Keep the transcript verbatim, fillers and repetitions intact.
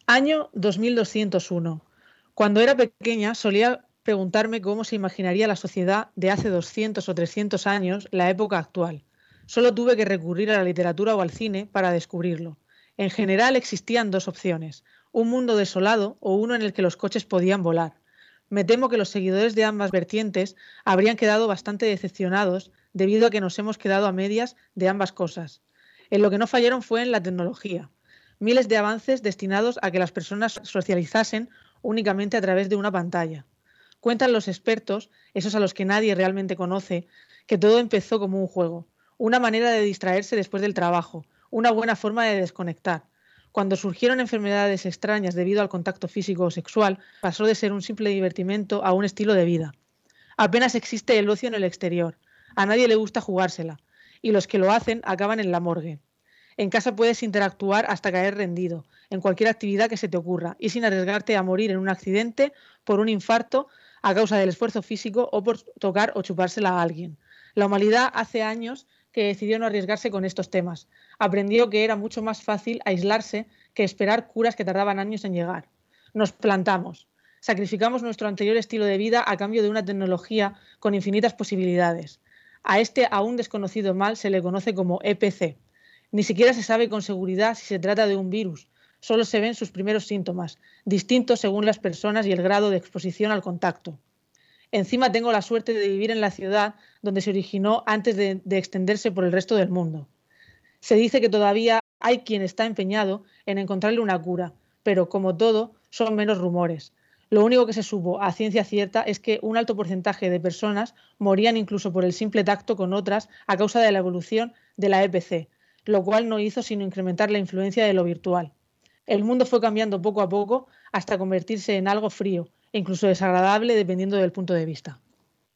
Año dos mil doscientos uno. Cuando era pequeña solía preguntarme cómo se imaginaría la sociedad de hace doscientos o trescientos años, la época actual. Solo tuve que recurrir a la literatura o al cine para descubrirlo. En general existían dos opciones, un mundo desolado o uno en el que los coches podían volar. Me temo que los seguidores de ambas vertientes habrían quedado bastante decepcionados debido a que nos hemos quedado a medias de ambas cosas. En lo que no fallaron fue en la tecnología. Miles de avances destinados a que las personas socializasen únicamente a través de una pantalla. Cuentan los expertos, esos a los que nadie realmente conoce, que todo empezó como un juego, una manera de distraerse después del trabajo, una buena forma de desconectar. Cuando surgieron enfermedades extrañas debido al contacto físico o sexual, pasó de ser un simple divertimento a un estilo de vida. Apenas existe el ocio en el exterior. A nadie le gusta jugársela. Y los que lo hacen acaban en la morgue. En casa puedes interactuar hasta caer rendido, en cualquier actividad que se te ocurra, y sin arriesgarte a morir en un accidente, por un infarto, a causa del esfuerzo físico o por tocar o chupársela a alguien. La humanidad hace años que decidió no arriesgarse con estos temas. Aprendió que era mucho más fácil aislarse que esperar curas que tardaban años en llegar. Nos plantamos. Sacrificamos nuestro anterior estilo de vida a cambio de una tecnología con infinitas posibilidades. A este aún desconocido mal se le conoce como E P C. Ni siquiera se sabe con seguridad si se trata de un virus. Solo se ven sus primeros síntomas, distintos según las personas y el grado de exposición al contacto. Encima tengo la suerte de vivir en la ciudad donde se originó antes de, de extenderse por el resto del mundo. Se dice que todavía hay quien está empeñado en encontrarle una cura, pero como todo, son menos rumores. Lo único que se supo a ciencia cierta es que un alto porcentaje de personas morían incluso por el simple tacto con otras a causa de la evolución de la E P C, lo cual no hizo sino incrementar la influencia de lo virtual. El mundo fue cambiando poco a poco hasta convertirse en algo frío e incluso desagradable dependiendo del punto de vista.